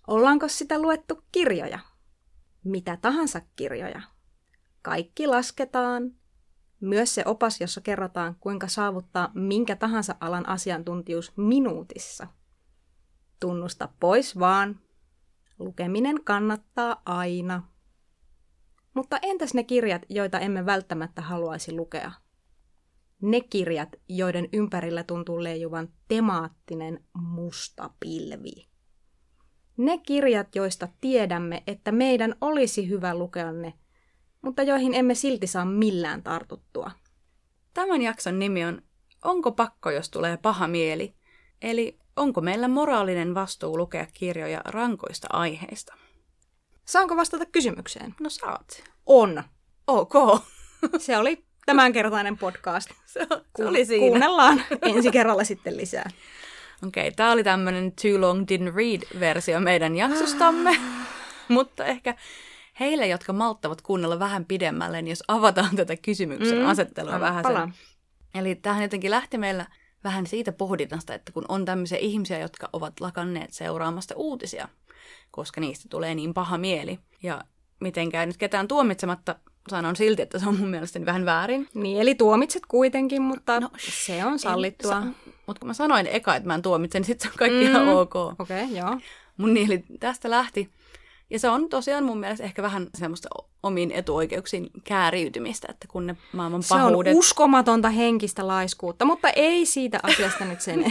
Ollaanko sitä luettu kirjoja? Mitä tahansa kirjoja. Kaikki lasketaan. Myös se opas, jossa kerrotaan, kuinka saavuttaa minkä tahansa alan asiantuntijuus minuutissa. Tunnusta pois vaan. Lukeminen kannattaa aina. Mutta entäs ne kirjat, joita emme välttämättä haluaisi lukea? Ne kirjat, joiden ympärillä tuntuu leijuvan temaattinen musta pilvi. Ne kirjat, joista tiedämme, että meidän olisi hyvä lukea ne, mutta joihin emme silti saa millään tartuttua. Tämän jakson nimi on Onko pakko, jos tulee paha mieli? Eli onko meillä moraalinen vastuu lukea kirjoja rankoista aiheista? Saanko vastata kysymykseen? No saat. On. Ok. Se oli tämänkertainen podcast. Se oli siinä. Kuunnellaan ensi kerralla sitten lisää. Okei, tää oli tämmönen Too Long Didn't Read-versio meidän jaksostamme. Mutta ehkä heille, jotka malttavat kuunnella vähän pidemmälle, niin jos avataan tätä kysymyksen asettelua vähän sen. Eli tämähän jotenkin lähti meillä vähän siitä pohdinnasta, että kun on tämmöisiä ihmisiä, jotka ovat lakanneet seuraamasta uutisia, koska niistä tulee niin paha mieli. Ja mitenkään nyt ketään tuomitsematta sanon silti, että se on mun mielestäni vähän väärin. Niin, eli tuomitset kuitenkin, mutta no, se on sallittua. Mutta kun mä sanoin eka, että mä en tuomitse, niin sitten se on kaikki ihan ok. Okei, joo. Mun eli tästä lähti. Ja se on tosiaan mun mielestä ehkä vähän semmoista omiin etuoikeuksiin kääriytymistä, että kun ne maailman pahuudet... Se on uskomatonta henkistä laiskuutta, mutta ei siitä asiasta nyt sen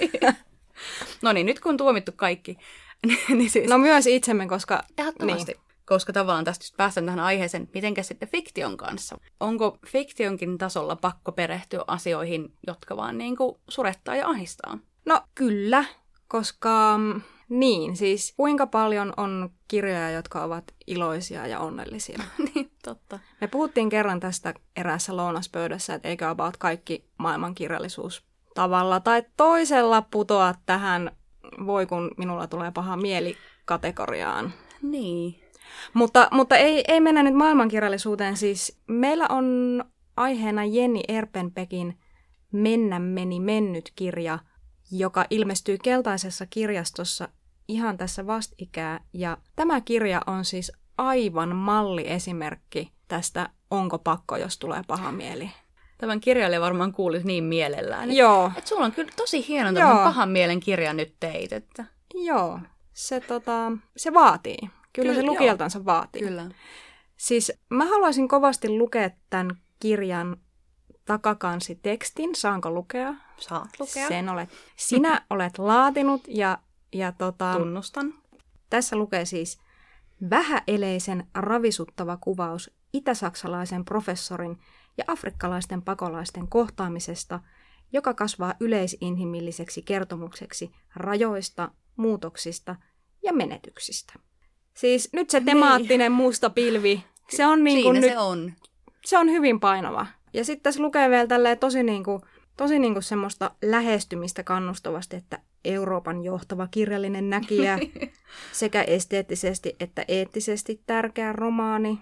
No niin, nyt kun on tuomittu kaikki, niin siis... No myös itsemme, koska... Ehdottomasti. Niin. Koska tavallaan tästä just päästään tähän aiheeseen, mitenkä sitten fiktion kanssa. Onko fiktionkin tasolla pakko perehtyä asioihin, jotka vaan niin kuin surettaa ja ahdistaa? No kyllä, koska... Niin, siis kuinka paljon on kirjoja, jotka ovat iloisia ja onnellisia? Niin, totta. Me puhuttiin kerran tästä eräässä lounaspöydässä, että eikö about kaikki maailmankirjallisuus tavalla tai toisella putoa tähän voi kun minulla tulee paha mieli kategoriaan. Niin. Mutta ei mennä nyt maailmankirjallisuuteen. Siis meillä on aiheena Jenni Erpenbeckin Mennä meni mennyt -kirja, joka ilmestyy Keltaisessa kirjastossa ihan tässä vastikää. Ja tämä kirja on siis aivan malliesimerkki tästä onko pakko, jos tulee paha mieli. Tämän kirjailija varmaan kuulisi niin mielellään. Joo. Että sulla on kyllä tosi hieno tämmöinen pahan mielen kirja nyt teit. Että... Joo, se vaatii. Kyllä se lukijaltansa vaatii. Kyllä. Siis mä haluaisin kovasti lukea tämän kirjan takakansi-tekstin. Saanko lukea? Saat lukea. Sinä olet laatinut ja tunnustan. Tässä lukee siis vähäeleisen ravisuttava kuvaus itä-saksalaisen professorin ja afrikkalaisten pakolaisten kohtaamisesta, joka kasvaa yleisinhimilliseksi kertomukseksi rajoista, muutoksista ja menetyksistä. Siis nyt se temaattinen musta pilvi, se on niin kuin nyt, se on. Se on hyvin painava. Ja sitten tässä lukee vielä tälleen tosi semmoista lähestymistä kannustavasti, että Euroopan johtava kirjallinen näkijä sekä esteettisesti että eettisesti tärkeä romaani.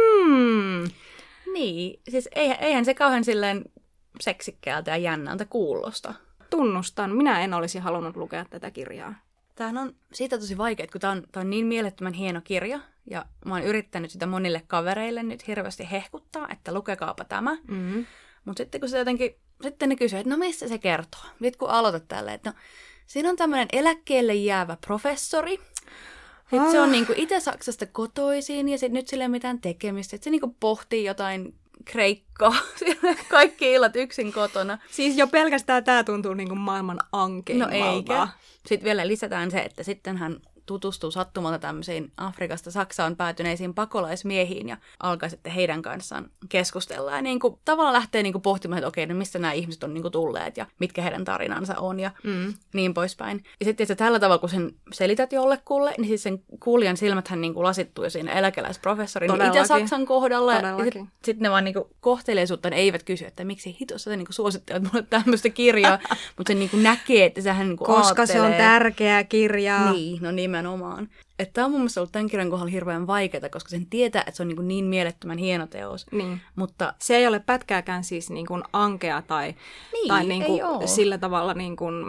Niin, siis eihän se kauhean silleen seksikkäältä ja jännältä kuulosta. Tunnustan, minä en olisi halunnut lukea tätä kirjaa. Tämähän on siitä tosi vaikea, kun tämä on niin mielettömän hieno kirja, ja mä oon yrittänyt sitä monille kavereille nyt hirveästi hehkuttaa, että lukekaapa tämä. Mm-hmm. Mutta sitten kun se jotenkin, sitten ne kysyy, että no mistä se kertoo? Sitten kun aloitat tälleen, että no siinä on tämmöinen eläkkeelle jäävä professori. Sitten se on niinku Itä-Saksasta kotoisin ja nyt sillä ei ole mitään tekemistä. Sitten se niinku pohtii jotain kreikkaa. Kaikki illat yksin kotona. Siis jo pelkästään tämä tuntuu niinku maailman ankeimmalta. No eikä. Sitten vielä lisätään se, että sitten hän tutustuu sattumalta tämmöisiin Afrikasta Saksaan päätyneisiin pakolaismiehiin ja alkaa sitten heidän kanssaan keskustella. Ja niinku, tavallaan lähtee niinku pohtimaan, että okei, no mistä nämä ihmiset on niinku tulleet ja mitkä heidän tarinansa on ja niin poispäin. Ja sitten tällä tavalla, kun sen selität jollekulle, niin siis sen kuulijan silmäthän niinku lasittuu jo siinä eläkeläisprofessorin Itä-Saksan kohdalla. Todellakin. Ja sitten ne vaan niinku kohteliaisuutta eivät kysy, että miksi hitossa te niinku suosittelet mulle tämmöistä kirjaa, mutta se niinku näkee, että sehän niinku koska aattelee. Se on tärkeä kirja. Niin, no nimenomaan. Tämä on mun mielestä ollut tämän kirjan kohdalla hirveän vaikeaa, koska sen tietää, että se on niin mielettömän hieno teos. Niin. Mutta se ei ole pätkääkään siis niin kuin ankea tai niin kuin sillä tavalla niin kuin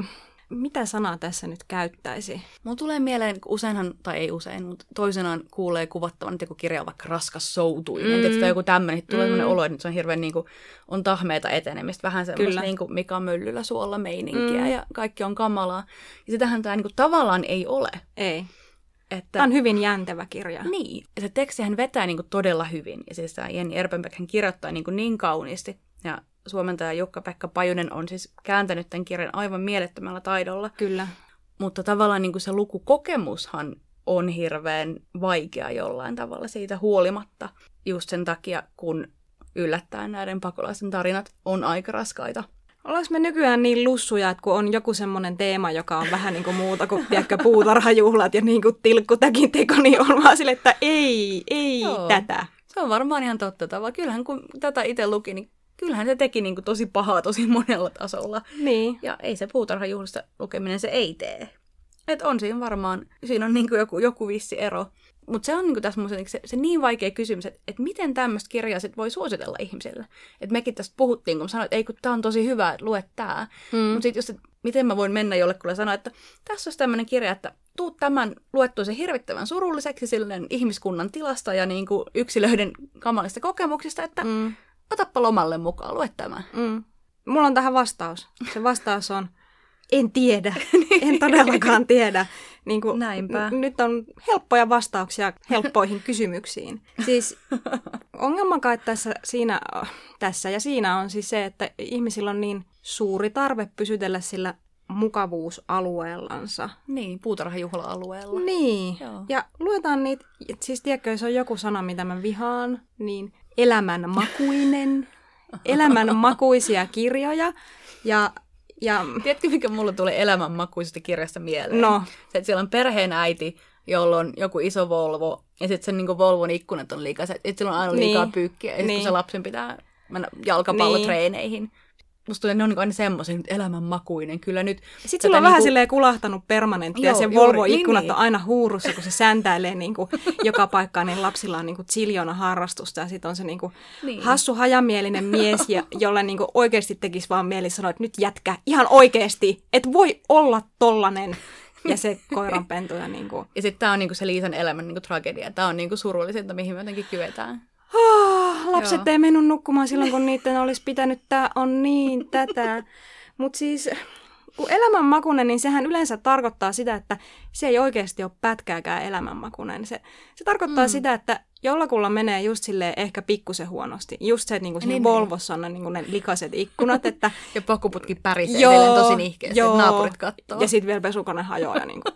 mitä sanaa tässä nyt käyttäisi? Mulla tulee mieleen, useinhan, tai ei usein, mutta toisenaan kuulee kuvattavan, että joku kirja on vaikka raskas soutuinen, tai joku tämmöinen, tulee sellainen olo, että se on hirveän niin kuin, on tahmeita etenemistä, vähän semmoista niin kuin Mika Myllyllä suolla meininkiä, ja kaikki on kamalaa. Ja sitähän tämä niin kuin, tavallaan ei ole. Ei. Tämä on hyvin jäntevä kirja. Niin, ja se tekstihän vetää niin kuin, todella hyvin, ja siis tämä Jenni Erpenbeck hän kirjoittaa niin kauniisti, ja suomentaja Jukka-Pekka Pajunen on siis kääntänyt tämän kirjan aivan mielettömällä taidolla. Kyllä. Mutta tavallaan niin kuin se lukukokemushan on hirveän vaikea jollain tavalla siitä huolimatta. Just sen takia, kun yllättäen näiden pakolaisten tarinat on aika raskaita. Ollaanko me nykyään niin lussuja, että kun on joku semmoinen teema, joka on vähän niin kuin muuta kuin puutarhajuhlat ja niin kuin tilkkutäkin teko, niin on vaan sille, että ei Joo. Tätä. Se on varmaan ihan totta. Kyllähän kun tätä itse luki, niin kyllähän se teki niin kuin tosi pahaa tosi monella tasolla. Niin. Ja ei se puutarhajuhlista lukeminen se ei tee. Et on siinä varmaan, siinä on niin kuin joku vissi ero. Mutta se on niin kuin tässä se niin vaikea kysymys, että miten tämmöistä kirjaa sit voi suositella ihmisille. Että mekin tästä puhuttiin, kun sanoin, että ei kun tämä on tosi hyvä, että lue tämä. Mutta sitten just, että miten mä voin mennä jollekulle ja sanoa, että tässä olisi tämmöinen kirja, että tuu tämän luettua se hirvittävän surulliseksi silleen ihmiskunnan tilasta ja niin kuin yksilöiden kamalista kokemuksista, että otappa lomalle mukaan, lue tämä. Mulla on tähän vastaus. Se vastaus on, en tiedä. En todellakaan tiedä. Niin kuin, näinpä. Nyt on helppoja vastauksia helppoihin kysymyksiin. Siis ongelma kai tässä ja siinä on siis se, että ihmisillä on niin suuri tarve pysytellä sillä mukavuusalueellansa. Niin, puutarhajuhla-alueella. Niin, joo. Ja luetaan niitä, siis tiedätkö, jos on joku sana, mitä mä vihaan, niin elämänmakuinen, elämänmakuisia kirjoja ja tiedätkö, mikä mulla tulee elämänmakuisesta kirjasta mieleen? No. Se, että siellä on perheenäiti, jolla on joku iso Volvo, ja sitten sen niin Volvon ikkunat on liikaa. Että sillä on aina liikaa pyykkiä, ja sitten se lapsen pitää mennä jalkapallotreeneihin. Musta tuntuu, että ne on aina semmoisen elämänmakuinen. Kyllä nyt... Sitten sillä on vähän silleen kulahtanut permanenttia, ja se Volvo-ikkunat on aina huurussa, kun se säntäilee niin kuin joka paikkaan, niin lapsilla on niin kuin ziljona harrastusta, ja sitten on se niin kuin hassu hajamielinen mies, jolle niin kuin oikeasti tekisi vaan mieli sanoa, että nyt jätkä, ihan oikeasti, et voi olla tollanen. Ja se koiranpentuja niin kuin... Ja sitten tämä on niin kuin se Liisan elämän niin kuin tragedia. Tämä on niin kuin surullisinta, mihin me jotenkin kyetään. Lapset ei mennyt nukkumaan silloin, kun niiden olisi pitänyt. Tää on niin tätä. Mutta siis, kun elämänmakuinen, niin sehän yleensä tarkoittaa sitä, että se ei oikeasti ole pätkääkään elämänmakuinen. Se tarkoittaa sitä, että jollakulla menee just silleen ehkä pikkusen huonosti. Just se, että niinku siinä Volvossa on niinku ne likaiset ikkunat. Että... ja pakuputki pärisee edelleen tosi nihkeästi, että naapurit kattoo. Ja sitten vielä pesukone hajoaa. Ja niinku,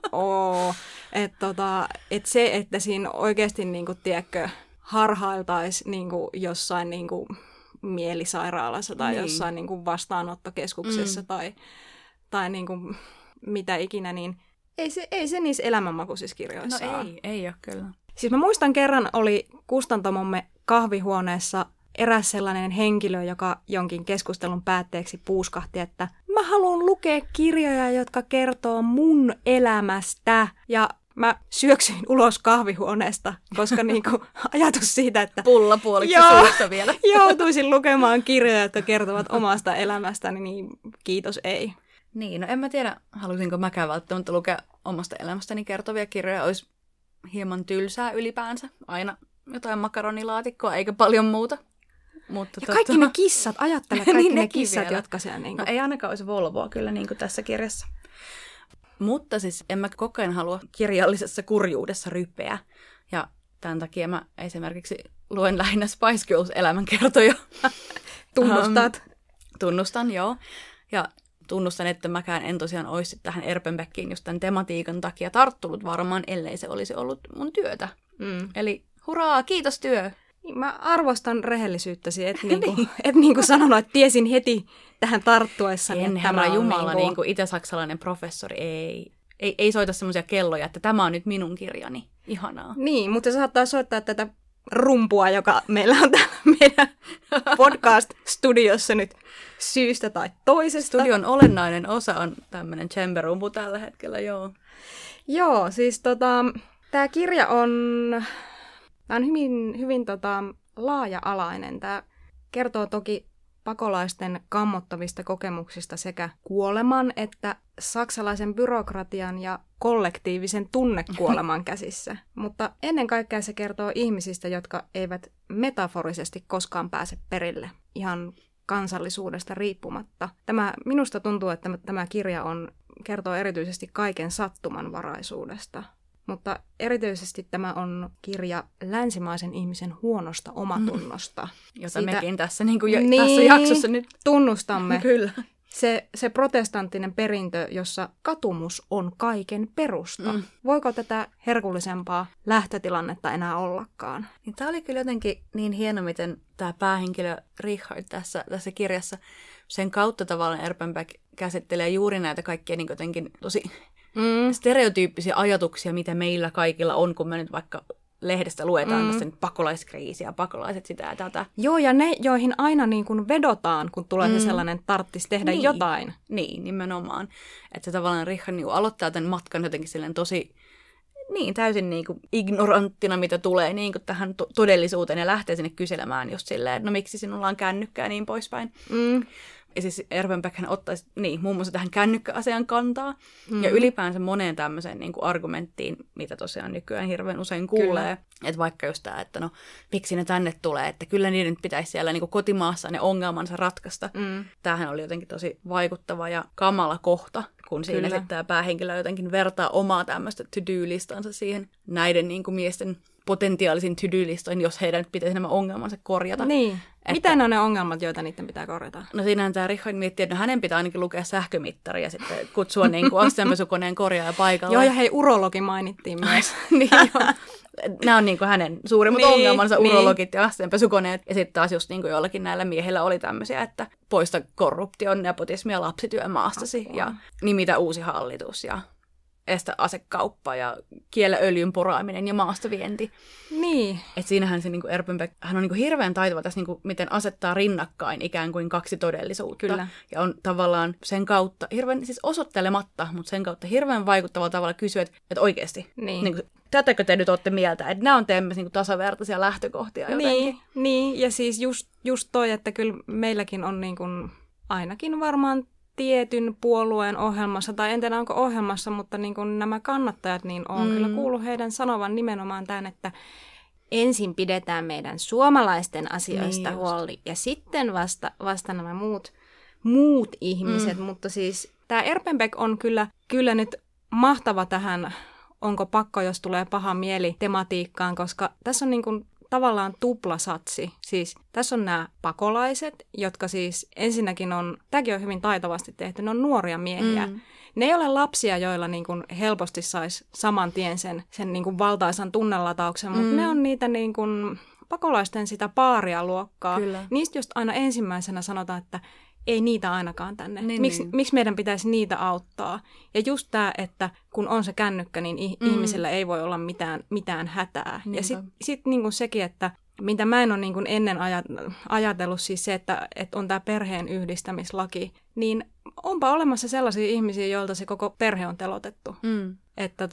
että se, että siinä oikeasti, niinku, tiedätkö, harhailtaisiin niinku jossain niinku mielisairaalassa tai jossain niinku vastaanottokeskuksessa tai niinku mitä ikinä, niin ei se niissä elämänmakuisissa kirjoissa ole. Ei ole kyllä. Siis mä muistan kerran oli kustantamomme kahvihuoneessa eräs sellainen henkilö, joka jonkin keskustelun päätteeksi puuskahti, että mä haluan lukea kirjoja, jotka kertoo mun elämästä. Ja mä syöksyin ulos kahvihuoneesta, koska niinku ajatus siitä, että pulla puoliksi suussa vielä. Joutuisin lukemaan kirjoja, jotka kertovat omasta elämästäni, niin kiitos ei. Niin, no en mä tiedä, halusinko mäkään välttämättä lukea omasta elämästäni kertovia kirjoja. Olisi hieman tylsää ylipäänsä. Aina jotain makaronilaatikkoa, eikä paljon muuta. Mutta ja kaikki ne kissat, ajattele kaikki niin ne kissat, vielä. Jotka siellä niinku... No ei ainakaan olisi Volvoa kyllä niin kuin tässä kirjassa. Mutta siis en mä koko ajan halua kirjallisessa kurjuudessa rypeä. Ja tämän takia mä esimerkiksi luen lähinnä Spice Girls-elämänkertoja. Tunnustat? Tunnustan, joo. Ja tunnustan, että mäkään en tosiaan olisi tähän Erpenbeckiin just tämän tematiikan takia tarttunut varmaan, ellei se olisi ollut mun työtä. Eli hurraa, kiitos työ! Mä arvostan rehellisyyttäsi, et niinku sanonut, että tiesin heti tähän tarttuessani. En herra jumala, niin kuin itä-saksalainen professori, ei soita semmoisia kelloja, että tämä on nyt minun kirjani. Ihanaa. Niin, mutta se saattaa soittaa tätä rumpua, joka meillä on täällä meidän podcast-studiossa nyt syystä tai toisesta. Studion olennainen osa on tämmöinen chamber-rumpu tällä hetkellä, joo. Joo, siis tämä kirja on hyvin laaja-alainen. Tämä kertoo toki pakolaisten kammottavista kokemuksista sekä kuoleman että saksalaisen byrokratian ja kollektiivisen tunnekuoleman käsissä. Mutta ennen kaikkea se kertoo ihmisistä, jotka eivät metaforisesti koskaan pääse perille ihan kansallisuudesta riippumatta. Minusta tuntuu, että tämä kirja kertoo erityisesti kaiken sattumanvaraisuudesta. Mutta erityisesti tämä on kirja länsimaisen ihmisen huonosta omatunnosta. Jota mekin tässä, tässä jaksossa nyt tunnustamme. Kyllä. Se protestanttinen perintö, jossa katumus on kaiken perusta. Voiko tätä herkullisempaa lähtötilannetta enää ollakaan? Niin tämä oli kyllä jotenkin niin hieno, miten tämä päähenkilö Richard tässä kirjassa, sen kautta tavallaan Erpenbeck käsittelee juuri näitä kaikkia niin jotenkin tosi stereotyyppisiä ajatuksia, mitä meillä kaikilla on, kun me nyt vaikka lehdestä luetaan tästä nyt pakolaiskriisiä, pakolaiset sitä ja tätä. Joo, ja ne, joihin aina niin kuin vedotaan, kun tulee se sellainen tarttis tehdä jotain. Niin, nimenomaan. Että se tavallaan Richard niin aloittaa tämän matkan jotenkin silleen tosi täysin niin kuin ignoranttina, mitä tulee niin kuin tähän todellisuuteen ja lähtee sinne kyselemään just silleen, että no miksi sinulla on kännykkä ja niin poispäin. Ja siis Erpenbeck hän ottaisi muun muassa tähän kännykkäasian kantaa ja ylipäänsä moneen tämmöiseen niin kuin argumenttiin, mitä tosiaan nykyään hirveän usein kuulee. Että vaikka just tämä, että no miksi ne tänne tulee, että kyllä niiden pitäisi siellä niin kuin kotimaassa ne ongelmansa ratkaista. Tämähän oli jotenkin tosi vaikuttava ja kamala kohta, kun siinä sitten tämä päähenkilö jotenkin vertaa omaa tämmöistä to-do-listansa siihen näiden niin kuin miesten potentiaalisiin to-do-listoihin, jos heidän pitäisi nämä ongelmansa korjata. Niin. Mitä ne on ne ongelmat, joita niiden pitää korjata? No siinähän tämä Richard miettii, että hänen pitää ainakin lukea sähkömittari ja sitten kutsua niin kuin astianpesukoneen korjaaja paikalle. Joo, ja hei, urologi mainittiin myös. Niin joo. Nämä on niin kuin hänen suurimmat ongelmansa, urologit ja astianpesukoneet. Ja sitten taas just niin kuin jollakin näillä miehillä oli tämmöisiä, että poista korruption, nepotismia, lapsityön maastasi ja nimitä uusi hallitus ja estä asekauppa ja kiellä öljyn poraaminen ja maastovienti. Niin. Että siinähän se niin kuin Erpenbeck, hän on niin kuin hirveän taitava tässä, niin kuin, miten asettaa rinnakkain ikään kuin kaksi todellisuutta. Kyllä. Ja on tavallaan sen kautta, hirveän, siis osoittelematta, mutta sen kautta hirveän vaikuttavalla tavalla kysyä, että oikeasti, niin kuin, tätäkö te nyt olette mieltä, että nämä on teemme niin kuin tasavertaisia lähtökohtia jotenkin. Niin, ja siis just toi, että kyllä meilläkin on niin kuin, ainakin varmaan tietyn puolueen ohjelmassa, tai en tiedä onko ohjelmassa, mutta niin kuin nämä kannattajat, niin on kyllä kuullut heidän sanovan nimenomaan tämän, että ensin pidetään meidän suomalaisten asioista huoli, ja sitten vasta nämä muut ihmiset, mutta siis tämä Erpenbeck on kyllä nyt mahtava tähän, onko pakko, jos tulee paha mieli tematiikkaan, koska tässä on niin kuin tavallaan tuplasatsi. Siis tässä on nämä pakolaiset, jotka siis ensinnäkin tämäkin on hyvin taitavasti tehty, ne on nuoria miehiä. Ne ei ole lapsia, joilla niin kuin helposti saisi saman tien sen niin kuin valtaisan tunnelatauksen, mutta ne on niitä niin kuin pakolaisten sitä paaria luokkaa. Kyllä. Niistä just aina ensimmäisenä sanotaan, että ei niitä ainakaan tänne. Miksi meidän pitäisi niitä auttaa? Ja just tämä, että kun on se kännykkä, niin ihmisellä ei voi olla mitään hätää. Niinpä. Ja sitten niin kuin sekin, että mitä mä en ole niin kuin ennen ajatellut, siis se, että on tämä perheen yhdistämislaki, niin onpa olemassa sellaisia ihmisiä, joilta se koko perhe on telotettu. Että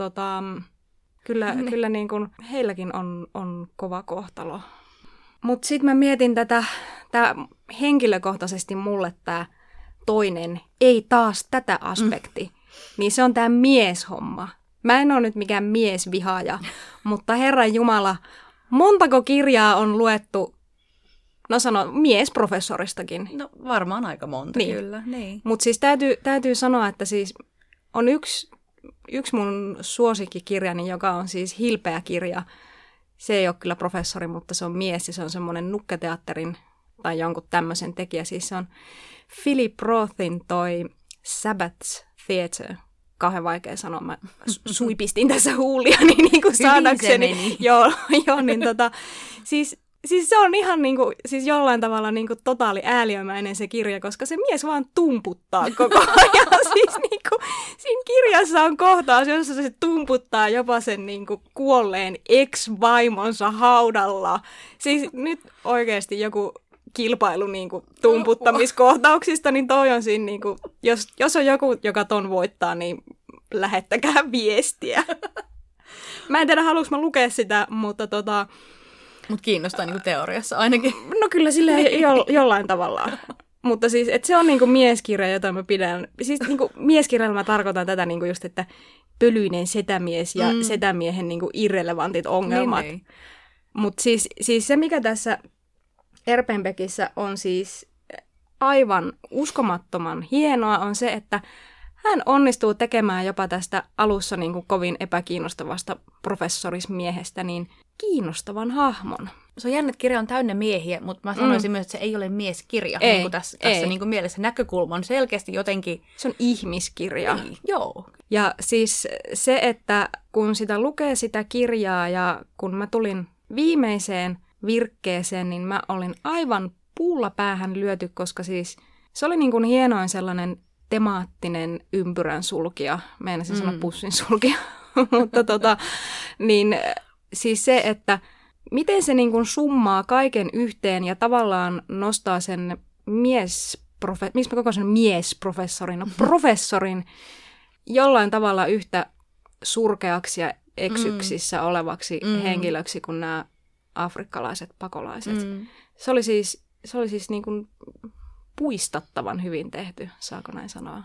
kyllä niin kuin heilläkin on kova kohtalo. Mutta sitten mä mietin tämä henkilökohtaisesti mulle tämä toinen, ei taas tätä aspekti, niin se on tämä mieshomma. Mä en ole nyt mikään miesvihaaja, mutta Herran Jumala, montako kirjaa on luettu, no sano miesprofessoristakin? No varmaan aika monta, kyllä. Niin. Mutta siis täytyy sanoa, että siis on yksi mun suosikkikirjani, joka on siis Hilpeä kirja. Se ei ole kyllä professori, mutta se on mies ja se on semmoinen nukketeatterin tai jonkun tämmöisen tekijä. Siis se on Philip Rothin toi Sabbath Theatre. Kauhean vaikea sanoa. Mä suipistin tässä huulia niin kuin saadakseni. Joo, niin siis se on ihan niin kuin, siis jollain tavalla niin kuin totaali ääliömäinen se kirja, koska se mies vaan tumputtaa koko ajan. Siis niin kuin, siinä kirjassa on kohtaus, jossa se tumputtaa jopa sen niin kuin kuolleen ex-vaimonsa haudalla. Siis nyt oikeasti joku kilpailu niin kuin tumputtamiskohtauksista, niin toi on siinä, niin kuin, jos on joku, joka ton voittaa, niin lähettäkää viestiä. Mä en tiedä, haluanko mä lukea sitä, mutta Mut kiinnostaa niinku teoriassa ainakin. No kyllä silleen jollain tavalla. Mutta siis, että se on niinku mieskirja, jota mä pidän. Siis niinku mieskirjalla mä tarkoitan tätä niinku just, että pölyinen setämies ja setämiehen niinku irrelevantit ongelmat. Niin. Mutta siis se, mikä tässä Erpenbeckissä on siis aivan uskomattoman hienoa, on se, että hän onnistuu tekemään jopa tästä alussa niin kuin kovin epäkiinnostavasta professorismiehestä niin kiinnostavan hahmon. Se on jännä, että kirja on täynnä miehiä, mutta mä sanoisin myös, että se ei ole mieskirja. Ei, niin kuin tässä niin kuin mielessä näkökulma on selkeästi jotenkin... Se on ihmiskirja. Niin, joo. Ja siis se, että kun sitä lukee sitä kirjaa ja kun mä tulin viimeiseen virkkeeseen, niin mä olin aivan puulla päähän lyöty, koska siis se oli niin kuin hienoin sellainen temaattinen ympyrän sulkija. Meinasin sanoa pussin sulkija. Mutta niin siis se, että miten se niin kuin summaa kaiken yhteen ja tavallaan nostaa sen miksi mä koko sen miesprofessorin, professorin jollain tavalla yhtä surkeaksi ja eksyksissä olevaksi henkilöksi kuin nämä afrikkalaiset pakolaiset. Se oli siis niin kuin puistattavan hyvin tehty, saako näin sanoa?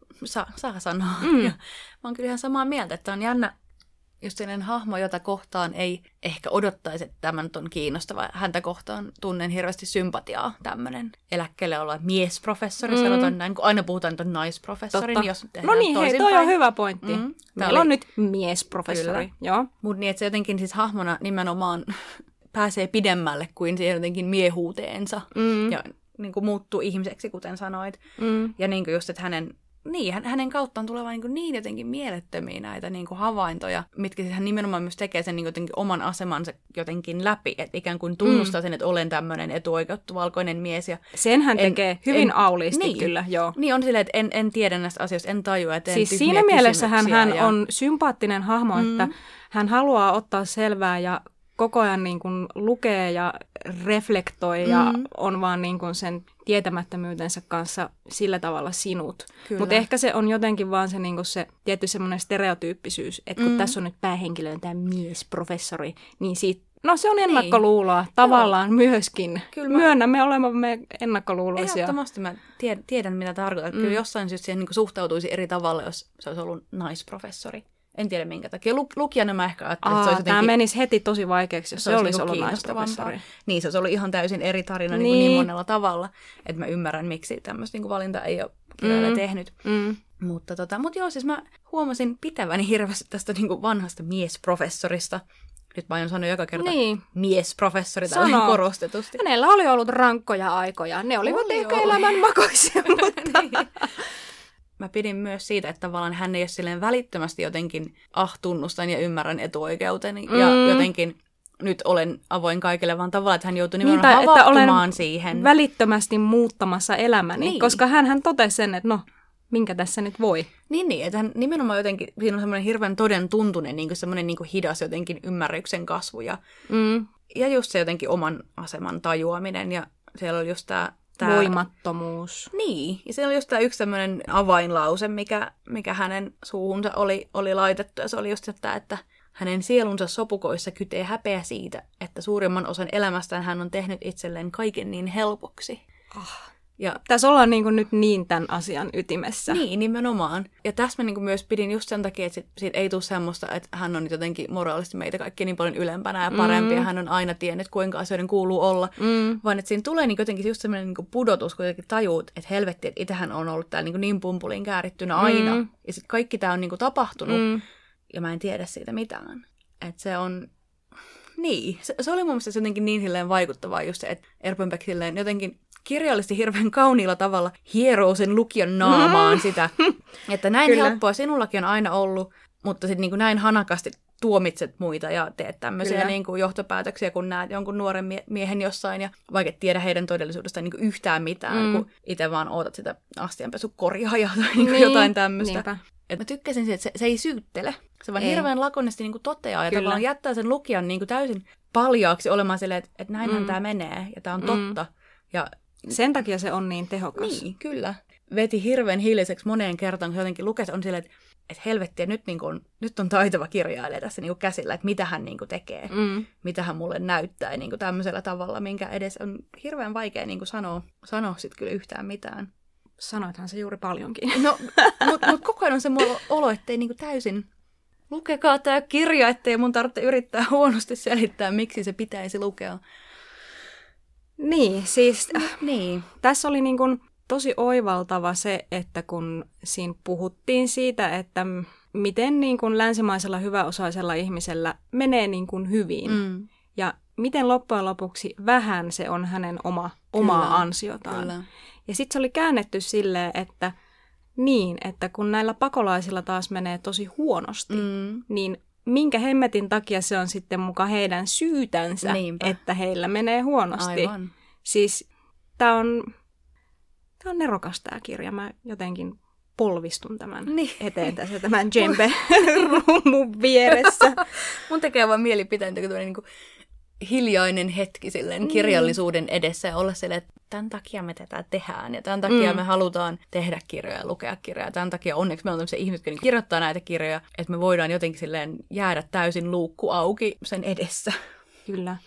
Saa sanoa. Mä oon kyllä ihan samaa mieltä, että on jännä just sellainen hahmo, jota kohtaan ei ehkä odottaisi, että tämä nyt on kiinnostava. Häntä kohtaan tunnen hirveästi sympatiaa, tämmöinen eläkkeelle olla miesprofessori, sanotaan näin, kun aina puhutaan, että on naisprofessori. Niin jos no niin, hei, toi on hyvä pointti. Meillä on nyt miesprofessori. Joo. Mutta niin, että se jotenkin siis hahmona nimenomaan pääsee pidemmälle kuin siihen jotenkin miehuuteensa ja niin kuin muuttuu ihmiseksi, kuten sanoit. Ja niin kuin just, että hänen kauttaan tulee vain niin jotenkin mielettömiä näitä niin kuin havaintoja, mitkä siis hän nimenomaan myös tekee sen niin jotenkin oman asemansa jotenkin läpi, että ikään kuin tunnustaa sen, että olen tämmöinen etuoikeutettu valkoinen mies. Ja sen hän tekee hyvin auliisti kyllä, joo. Niin on silleen, että en tiedä näistä asioista, en tajua, että siis siinä mielessä hän on sympaattinen hahmo, että hän haluaa ottaa selvää ja koko ajan niin kuin lukee ja reflektoi ja on vaan niin kuin sen tietämättömyytensä kanssa sillä tavalla sinut. Mutta ehkä se on jotenkin vaan se, niin kuin se tietty semmoinen stereotyyppisyys, että kun tässä on nyt päähenkilö tämä miesprofessori, niin siitä, no se on ennakkoluuloa tavallaan myöskin. Kyllä myönnämme olemamme ennakkoluuloisia. Ehdottomasti mä tiedän, mitä tarkoitat. Kyllä jossain syystä siihen niin kuin suhtautuisi eri tavalla, jos se olisi ollut naisprofessori. En tiedä minkä takia. Lukijana mä ehkä ajattelin, että se olisi jotenkin... Tämä menisi heti tosi vaikeaksi, jos se olisi ollut naisprofessori. Niin, se olisi ollut ihan täysin eri tarina niin monella tavalla, että mä ymmärrän, miksi tämmöistä niin valinta ei ole kirjailija tehnyt. Mutta joo, siis mä huomasin pitäväni hirveästi tästä niin kuin vanhasta miesprofessorista. Nyt mä aion sanoa joka kerta miesprofessori tällä korostetusti. Hänellä oli ollut rankkoja aikoja. Ne olivat ehkä elämänmakoisia, mutta... niin. Mä pidin myös siitä, että tavallaan hän ei ole silleen välittömästi jotenkin tunnustan ja ymmärrän etuoikeuteni ja jotenkin nyt olen avoin kaikille, vaan tavallaan, että hän joutui nimenomaan havahtumaan siihen. Välittömästi muuttamassa elämäni, koska hän totesi sen, että no, minkä tässä nyt voi. Niin, että hän nimenomaan jotenkin, siinä on semmoinen hirveän toden tuntunen, niin kuin semmoinen niin kuin hidas jotenkin ymmärryksen kasvu ja just se jotenkin oman aseman tajuaminen ja siellä oli just tämä voimattomuus. Niin, ja siellä oli just tämä yksi tämmöinen avainlause, mikä hänen suuhunsa oli laitettu, ja se oli just sitä, että hänen sielunsa sopukoissa kytee häpeä siitä, että suurimman osan elämästään hän on tehnyt itselleen kaiken niin helpoksi. Ja tässä ollaan nyt tämän asian ytimessä. Niin, nimenomaan. Ja tässä mä myös pidin just sen takia, että siitä ei tule semmoista, että hän on nyt jotenkin moraalisesti meitä kaikki niin paljon ylempänä ja parempi, ja hän on aina tiennyt, kuinka asioiden kuuluu olla. Vaan että siinä tulee jotenkin just semmoinen pudotus, kun jotenkin tajuut, että helvetti, että itsehän on ollut täällä niin pumpuliin käärittynä aina. Ja sitten kaikki tämä on tapahtunut, ja mä en tiedä siitä mitään. Että se on... Niin, se oli mun mielestä jotenkin niin silleen vaikuttavaa just se, että Erpenbeck silleen jotenkin kirjallisesti hirveän kauniilla tavalla hieroo sen lukijan naamaan sitä, että näin helppoa sinullakin on aina ollut, mutta sitten niin näin hanakasti tuomitset muita ja teet tämmöisiä niin kuin johtopäätöksiä, kun näet jonkun nuoren miehen jossain ja vaikka et tiedä heidän todellisuudestaan niin kuin yhtään mitään, kun itse vaan ootat sitä astianpesukorjaajaa tai jotain tämmöistä. Et mä tykkäsin siitä, että se ei syyttele. Se vaan hirveän lakonisesti niin kuin toteaa ja tavallaan jättää sen lukijan niin kuin täysin paljaaksi olemaan silleen, että näinhän tämä menee ja tämä on totta. Ja sen takia se on niin tehokas. Niin, kyllä. Veti hirveän hiljaiseksi moneen kertaan, kun jotenkin lukesi, on silleen, että helvettiä, nyt on taitava kirjailija tässä niin kuin käsillä, että mitä hän niin kuin tekee, mitä hän mulle näyttää niin kuin tämmöisellä tavalla, minkä edes on hirveän vaikea niin kuin sanoa sit kyllä yhtään mitään. Sanoithan se juuri paljonkin. No, mutta koko ajan on se olo, ettei niin kuin täysin lukekaa tämä kirja, ettei mun tarvitse yrittää huonosti selittää, miksi se pitäisi lukea. Niin, siis niin. Tässä oli niin kuin tosi oivaltava se, että kun siinä puhuttiin siitä, että miten niin kuin länsimaisella hyväosaisella ihmisellä menee niin kuin hyvin. Ja miten loppujen lopuksi vähän se on hänen omaa ansiotaan. Kyllä. Ja sitten se oli käännetty silleen, että että kun näillä pakolaisilla taas menee tosi huonosti, niin minkä hemmetin takia se on sitten muka heidän syytänsä, että heillä menee huonosti. Aivan. Siis tämä on nerokas tämä kirja. Mä jotenkin polvistun tämän eteen tässä tämän djembe-rummun vieressä. Mun tekee vaan mielipiteen, kun niin hiljainen hetki silleen kirjallisuuden edessä ja olla silleen, että tämän takia me tätä tehdään ja tämän takia me halutaan tehdä kirjoja ja lukea kirjoja. Tämän takia onneksi meillä on tämmöisiä ihmisiä, jotka kirjoittaa näitä kirjoja, että me voidaan jotenkin silleen jäädä täysin luukku auki sen edessä. Kyllä.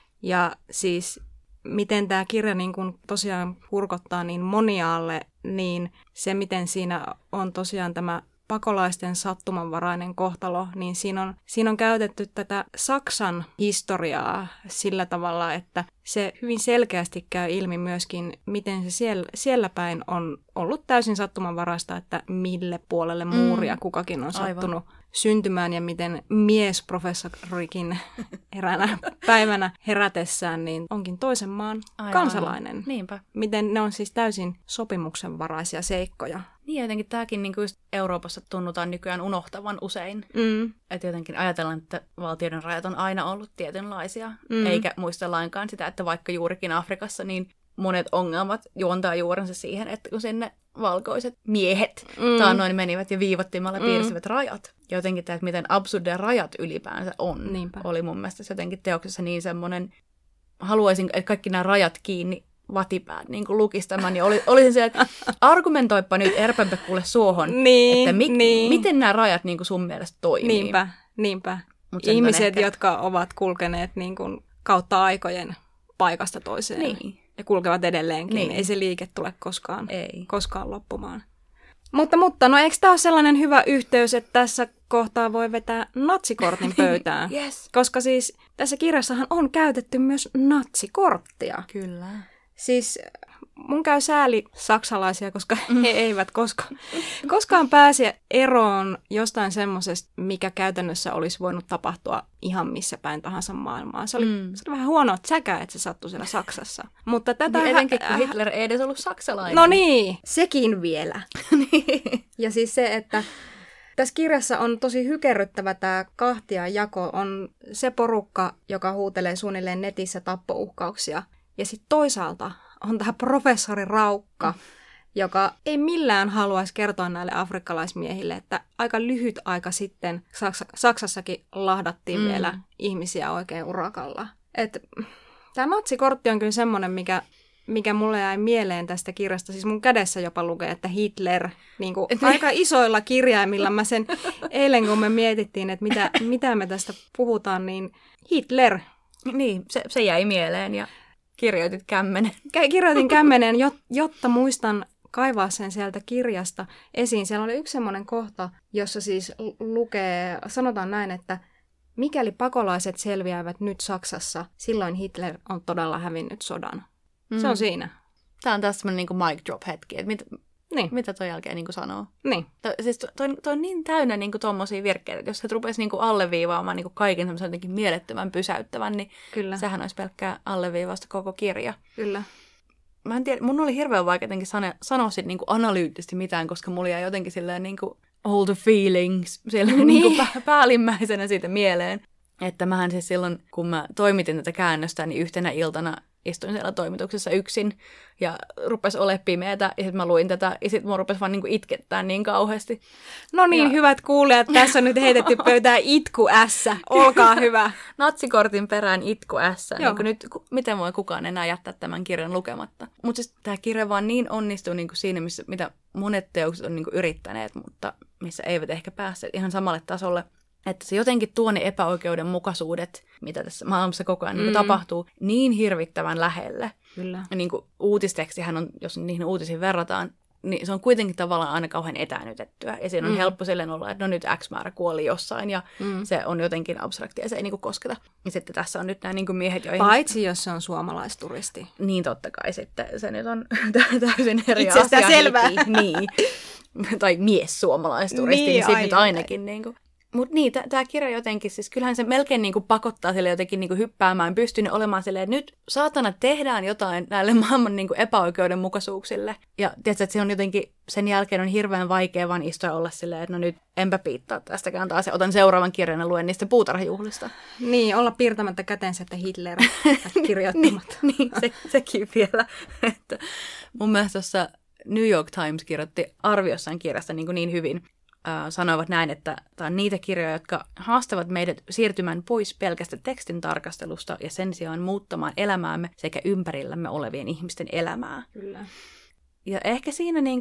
Ja siis miten tämä kirja niin kun tosiaan hurkottaa niin moniaalle, niin se miten siinä on tosiaan tämä pakolaisten sattumanvarainen kohtalo, niin siinä on käytetty tätä Saksan historiaa sillä tavalla, että se hyvin selkeästi käy ilmi myöskin, miten se siellä päin on ollut täysin sattumanvaraista, että mille puolelle muuria kukakin on sattunut syntymään ja miten miesprofessorikin eräänä päivänä herätessään niin onkin toisen maan kansalainen. Niinpä. Miten ne on siis täysin sopimuksenvaraisia seikkoja. Niin jotenkin tämäkin niin kuin just Euroopassa tunnutaan nykyään unohtavan usein. Että jotenkin ajatellaan, että valtioiden rajat on aina ollut tietynlaisia, eikä muista lainkaan sitä, että vaikka juurikin Afrikassa niin monet ongelmat juontaa juurensa siihen, että kun sinne valkoiset miehet taannoin menivät ja viivottimalla piirsivät rajat. Ja jotenkin tämä, että miten absurdeja rajat ylipäänsä on, oli mun mielestä jotenkin teoksessa niin semmoinen, haluaisin, että kaikki nämä rajat kiinni vatipäät niin kuin lukisi tämän, ja olisin se, että argumentoipa nyt Erpempe kuule suohon, että miten nämä rajat niin kuin sun mielestä toimii. Niinpä. Ihmiset, jotka ovat kulkeneet niin kuin kautta aikojen paikasta toiseen ja kulkevat edelleenkin, niin ei se liike tule koskaan loppumaan. Mutta no eikö tämä ole sellainen hyvä yhteys, että tässä kohtaa voi vetää natsikortin pöytään? Yes. Koska siis tässä kirjassahan on käytetty myös natsikorttia. Kyllä. Siis mun käy sääli saksalaisia, koska he eivät koskaan pääse eroon jostain semmoisesta, mikä käytännössä olisi voinut tapahtua ihan missä päin tahansa maailmaa. Se oli vähän huono säkä, että se sattui siellä Saksassa. Mutta tätä niin etenkin, kun Hitler ei edes ollut saksalainen. No niin, sekin vielä. Ja siis se, että tässä kirjassa on tosi hykerryttävä tämä kahtiajako. On se porukka, joka huutelee suunnilleen netissä tappouhkauksia. Ja sitten toisaalta on tämä professori Raukka, joka ei millään haluaisi kertoa näille afrikkalaismiehille, että aika lyhyt aika sitten Saksassakin lahdattiin vielä ihmisiä oikein urakalla. Tämä natsikortti on kyllä semmoinen, mikä mulle jäi mieleen tästä kirjasta. Siis mun kädessä jopa lukee, että Hitler, niin kuin aika isoilla kirjaimilla. Mä sen eilen, kun me mietittiin, että mitä me tästä puhutaan, niin Hitler. Niin, se jäi mieleen ja kirjoitit kämmenen. Kirjoitin kämmenen, jotta muistan kaivaa sen sieltä kirjasta esiin. Siellä oli yksi semmoinen kohta, jossa siis sanotaan näin, että mikäli pakolaiset selviävät nyt Saksassa, silloin Hitler on todella hävinnyt sodan. Se on siinä. Tämä on tässä semmoinen niin kuin mic drop hetki, että mitä toi jälkeen niin kuin sanoo. Niin. Siis toi on niin täynnä niin kuin tommosia virkkeitä, että jos se rupesi niin kuin alleviivaamaan niin kuin kaiken semmoisen jotenkin mielettömän pysäyttävän, niin kyllä. Sehän olisi pelkkää alleviivausta koko kirja. Kyllä. Mä en tiedä, mun oli hirveän vaikea jotenkin sanoa sit niin kuin analyyttisesti mitään, koska mulla jäi jotenkin silleen niin kuin all the feelings siellä niin kuin päällimmäisenä siitä mieleen. Että mähän siis silloin, kun mä toimitin tätä käännöstä, niin yhtenä iltana istuin siellä toimituksessa yksin ja rupesi olemaan pimeätä ja sitten mä luin tätä ja sitten mun rupesi vaan niinku itkettää niin kauheasti. No niin, hyvät kuulijat, tässä on nyt heitetty pöytään itku ässä. Olkaa hyvä. Natsikortin perään itku ässä. Niin nyt, miten voi kukaan enää jättää tämän kirjan lukematta? Mutta siis tämä kirja vaan niin onnistui niin siinä, mitä monet teokset on niin kuin yrittäneet, mutta missä eivät ehkä päässeet ihan samalle tasolle. Että se jotenkin tuo ne epäoikeudenmukaisuudet, mitä tässä maailmassa koko ajan niin tapahtuu, niin hirvittävän lähelle. Kyllä. Niin kuin uutistekstihän on, jos niihin uutisiin verrataan, niin se on kuitenkin tavallaan aina kauhean etänytettyä. Ja siinä on helppo silleen olla, että no nyt X määrä kuoli jossain ja se on jotenkin abstraktia ja se ei niinku kosketa. Ja sitten tässä on nyt nämä niinku miehet, joihin... Paitsi jos se on suomalaisturisti. Niin totta kai sitten. Se nyt on täysin eri asia. Itsestään selvää. Niin. Tai mies suomalaisturisti, niin sitten nyt ainakin. Niinku. Mutta niin, tämä kirja jotenkin, siis kyllähän se melkein niinku pakottaa sille jotenkin niinku hyppäämään pystyyn ja olemaan silleen, että nyt saatana tehdään jotain näille maailman niinku epäoikeudenmukaisuuksille. Ja tiedätkö, että se on jotenkin, sen jälkeen on hirveän vaikea vaan istua ja olla silleen, että no nyt enpä piittaa tästäkään taas ja otan seuraavan kirjan ja luen niistä puutarhajuhlista. Niin, olla piirtämättä kätensä, että Hitler kirjoittamat. niin, sekin vielä. Että mun mielestä tuossa New York Times kirjoitti arviossaan kirjasta niin hyvin, sanoivat näin, että tämä on niitä kirjoja, jotka haastavat meidät siirtymään pois pelkästä tekstin tarkastelusta ja sen sijaan muuttamaan elämäämme sekä ympärillämme olevien ihmisten elämää. Kyllä. Ja ehkä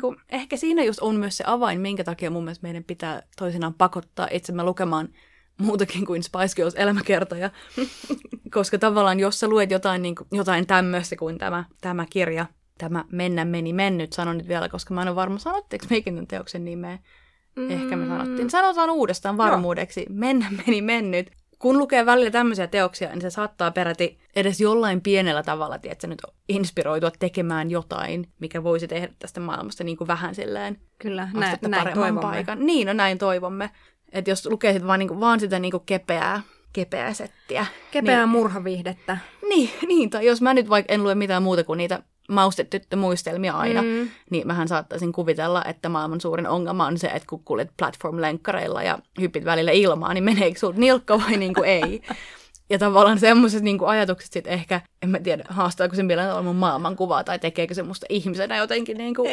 siinä just on myös se avain, minkä takia mun mielestä meidän pitää toisinaan pakottaa itsemme lukemaan muutakin kuin Spice Girls -elämäkertoja. Koska tavallaan jos sä luet jotain tämmöistä kuin tämä kirja, tämä Mennä meni mennyt, sanon nyt vielä, koska mä en ole varma, sanotteeko meikin tämän teoksen nimeä. Ehkä me sanottiin. Sanotaan uudestaan varmuudeksi. Mennä meni mennyt. Kun lukee välillä tämmöisiä teoksia, niin se saattaa peräti edes jollain pienellä tavalla, että nyt inspiroitua tekemään jotain, mikä voisi tehdä tästä maailmasta niin kuin vähän silleen. Kyllä, näin toivomme. Paikan. Niin, no näin toivomme. Että jos lukee sit vaan sitä niin kuin kepeää settiä. Kepeää murhaviihdettä. Niin, tai jos mä nyt vaikka en lue mitään muuta kuin niitä maustetyttömuistelmia aina, niin mähän saattaisin kuvitella, että maailman suurin ongelma on se, että kun kuljet platform-lenkkareilla ja hyppit välillä ilmaa, niin meneekö sulta nilkka vai niin kuin ei? Ja tavallaan semmoiset niin kuin ajatukset sitten ehkä, en mä tiedä, haastaako se millään tavalla mun maailmankuvaa tai tekeekö se musta ihmisenä jotenkin niin kuin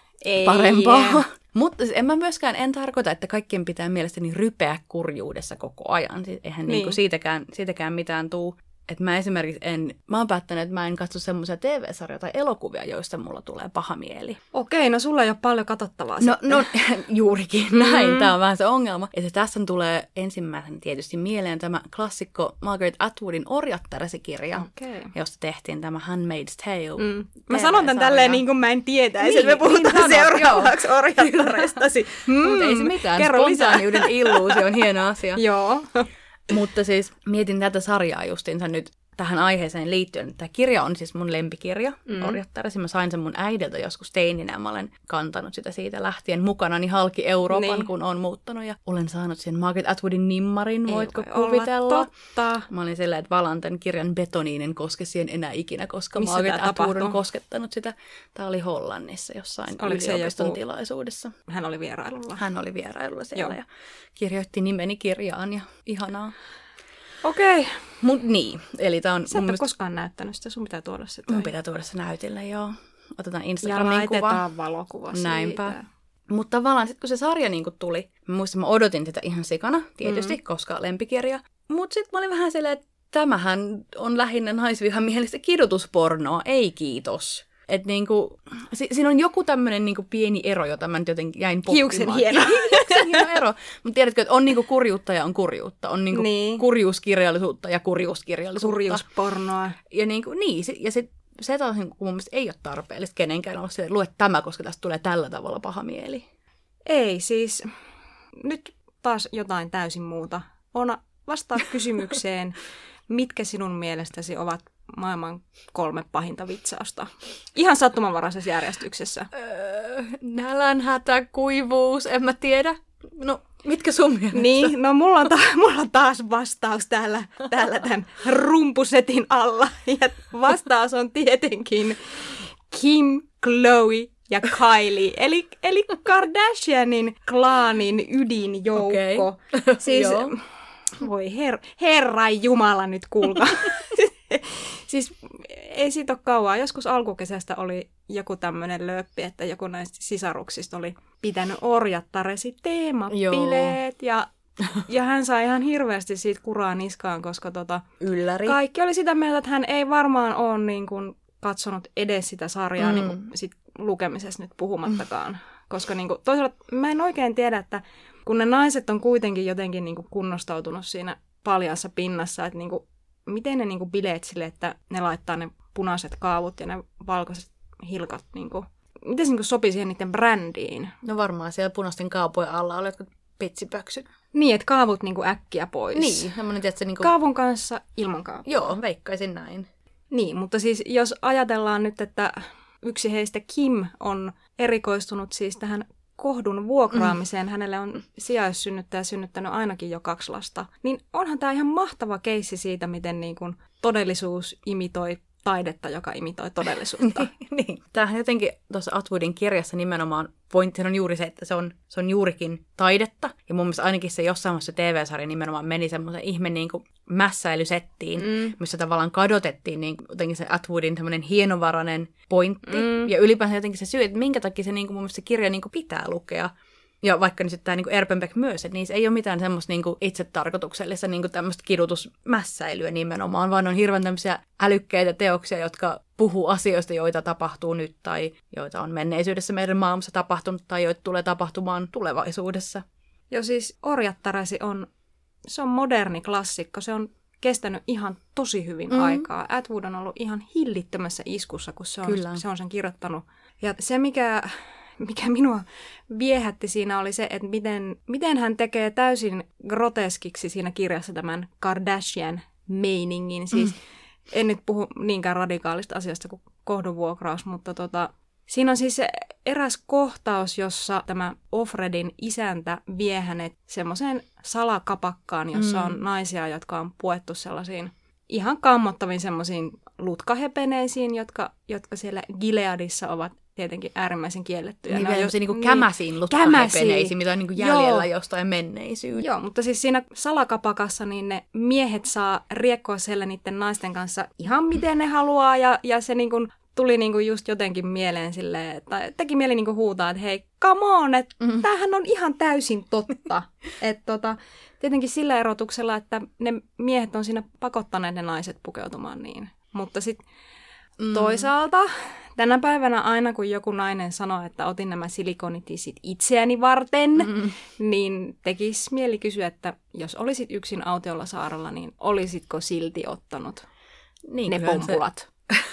parempaa. Mutta en mä myöskään tarkoita, että kaikkien pitää mielestäni rypeä kurjuudessa koko ajan. Siis eihän niin. Siitäkään mitään tuu. Että mä esimerkiksi mä oon päättänyt, että mä en katso semmoisia TV-sarjoja tai elokuvia, joista mulla tulee paha mieli. Okei, no sulla ei ole paljon katsottavaa No juurikin näin. Tämä on vähän se ongelma. Että tässä tulee ensimmäisen tietysti mieleen tämä klassikko Margaret Atwoodin Orjattaresi-kirja, josta tehtiin tämä Handmaid's Tale. Mä sanon tämän tälleen niin kuin mä en tietäisi, että me puhutaan seuraavaksi orjattarestasi. Mutta ei se mitään. Spontaaniuden illuusio on hieno asia. Joo. Mutta siis mietin tätä sarjaa justiinsa nyt tähän aiheeseen liittyen. Tämä kirja on siis mun lempikirja, Orjattaresi. Mä sain sen mun äidiltä joskus teininä ja mä olen kantanut sitä siitä lähtien mukanani halki Euroopan, kun on muuttanut. Ja olen saanut sen Margaret Atwoodin nimmarin, voitko kuvitella? Totta. Mä olin silleen, että valan tämän kirjan betoniinen koske siihen enää ikinä, koska Margaret Atwood on koskettanut sitä. Tämä oli Hollannissa jossain yliopiston tilaisuudessa. Hän oli vierailulla. Hän oli vierailulla siellä ja kirjoitti nimeni kirjaan ja ihanaa. Okei. Mut niin, eli tää on... Sä et ole koskaan näyttänyt sitä, sun pitää tuoda se. Mun pitää tuoda se näytille, joo. Otetaan Instagramin kuva. Ja laitetaan valokuva siitä. Näinpä. Mutta tavallaan sitten kun se sarja niinku tuli, mä muistan, mä odotin sitä ihan sikana, tietysti, koska lempikirja. Mut sitten mä olin vähän silleen, että tämähän on lähinnä naisvihamielistä kidutuspornoa, ei kiitos. Että niinku, siinä on joku tämmöinen niinku pieni ero, jota mä nyt jotenkin jäin pohtimaan. Hiuksen hieno. Hieno ero. Mutta tiedätkö, että on niinku kurjuutta ja on kurjuutta. On niinku kurjuuskirjallisuutta ja kurjuuskirjallisuutta. Kurjuuspornoa. Ja niinku, ja se taas mun mielestä ei ole tarpeellista kenenkään olla silleen, lue tämä, koska tästä tulee tällä tavalla paha mieli. Ei, siis nyt taas jotain täysin muuta. Vastaa kysymykseen, mitkä sinun mielestäsi ovat maailman 3 pahinta vitsausta. Ihan sattumanvaraisessa järjestyksessä. Nälänhätä, kuivuus, en mä tiedä. No, mitkä sun mielestä? Niin, no mulla on taas vastaus täällä tämän rumpusetin alla. Ja vastaus on tietenkin Kim, Khloe ja Kylie. Eli Kardashianin klaanin ydinjoukko. Okay. Siis, voi herran jumala nyt kuulkaa. Siis ei siitä ole kauan. Joskus alkukesästä oli joku tämmöinen lööppi, että joku näistä sisaruksista oli pitänyt Orjattaresi teemabileet. Ja hän sai ihan hirveästi siitä kuraa niskaan, koska ylläri. Kaikki oli sitä mieltä, että hän ei varmaan ole niin kuin katsonut edes sitä sarjaa niin kuin sit lukemisessa nyt puhumattakaan. Koska niinku, toisaalta mä en oikein tiedä, että kun ne naiset on kuitenkin jotenkin niinku kunnostautunut siinä paljaassa pinnassa, että niinku, miten ne niinku bileet sille, että ne laittaa ne punaiset kaavut ja ne valkoiset hilkat, niinku, miten se niinku sopii siihen niiden brändiin? No varmaan siellä punaisten kaapujen alla oli jotkut pitsipöksyt. Niin, että kaavut niinku äkkiä pois. Niin, semmoinen, tiedätkö, niinku... Kaavun kanssa ilman kaavua. Joo, veikkaisin näin. Niin, mutta siis jos ajatellaan nyt, että yksi heistä Kim on erikoistunut siis tähän kohdun vuokraamiseen, hänelle on sijaissynnyttäjä synnyttänyt ainakin jo 2 lasta, niin onhan tämä ihan mahtava keissi siitä, miten niin kuin todellisuus imitoi taidetta, joka imitoi todellisuutta. Niin. Tämähän jotenkin tuossa Atwoodin kirjassa nimenomaan pointti on juuri se, että se on juurikin taidetta. Ja mun mielestä ainakin se jossain vaiheessa TV-sarja nimenomaan meni semmoisen ihme niin kuin mässäilysettiin, missä tavallaan kadotettiin niin jotenkin se Atwoodin tämmöinen hienovarainen pointti. Ja ylipäänsä jotenkin se syy, että minkä takia se niin kuin mun mielestä se kirja niin kuin pitää lukea. Ja vaikka nyt tämä niin Erpenbeck myös, että niissä ei ole mitään semmoista niin itsetarkoituksellista niin tämmöistä kidutusmässäilyä nimenomaan, vaan on hirveän tämmöisiä älykkäitä teoksia, jotka puhuu asioista, joita tapahtuu nyt tai joita on menneisyydessä meidän maailmassa tapahtunut tai joita tulee tapahtumaan tulevaisuudessa. Jo siis Orjattaresi se on moderni klassikko, se on kestänyt ihan tosi hyvin aikaa. Atwood on ollut ihan hillittömässä iskussa, kun se on sen kirjoittanut. Ja se, mikä minua viehätti siinä oli se, että miten hän tekee täysin groteskiksi siinä kirjassa tämän Kardashian-meiningin. Siis en nyt puhu niinkään radikaalista asiasta kuin kohdunvuokraus, mutta siinä on siis eräs kohtaus, jossa tämä Offredin isäntä vie hänet semmoiseen salakapakkaan, jossa on naisia, jotka on puettu sellaisiin ihan kammottaviin semmoisiin lutkahepeneisiin, jotka siellä Gileadissa ovat tietenkin äärimmäisen kiellettyjä. Niin, vielä niinku kämäsiin lutkahepeneisiin, mitä on niinku jäljellä jostain menneisyyttä. Joo, mutta siis siinä salakapakassa niin ne miehet saa riekkoa siellä niiden naisten kanssa ihan miten ne haluaa, ja se niinku tuli niinku just jotenkin mieleen silleen, tai teki mieli niinku huutaa, että hei, come on, että tämähän on ihan täysin totta. Että tietenkin sillä erotuksella, että ne miehet on siinä pakottaneet ne naiset pukeutumaan niin. Mutta sitten toisaalta tänä päivänä aina, kun joku nainen sanoo, että otin nämä silikonitissit itseäni varten, niin tekisi mieli kysyä, että jos olisit yksin autiolla saarella, niin olisitko silti ottanut ne pompulat?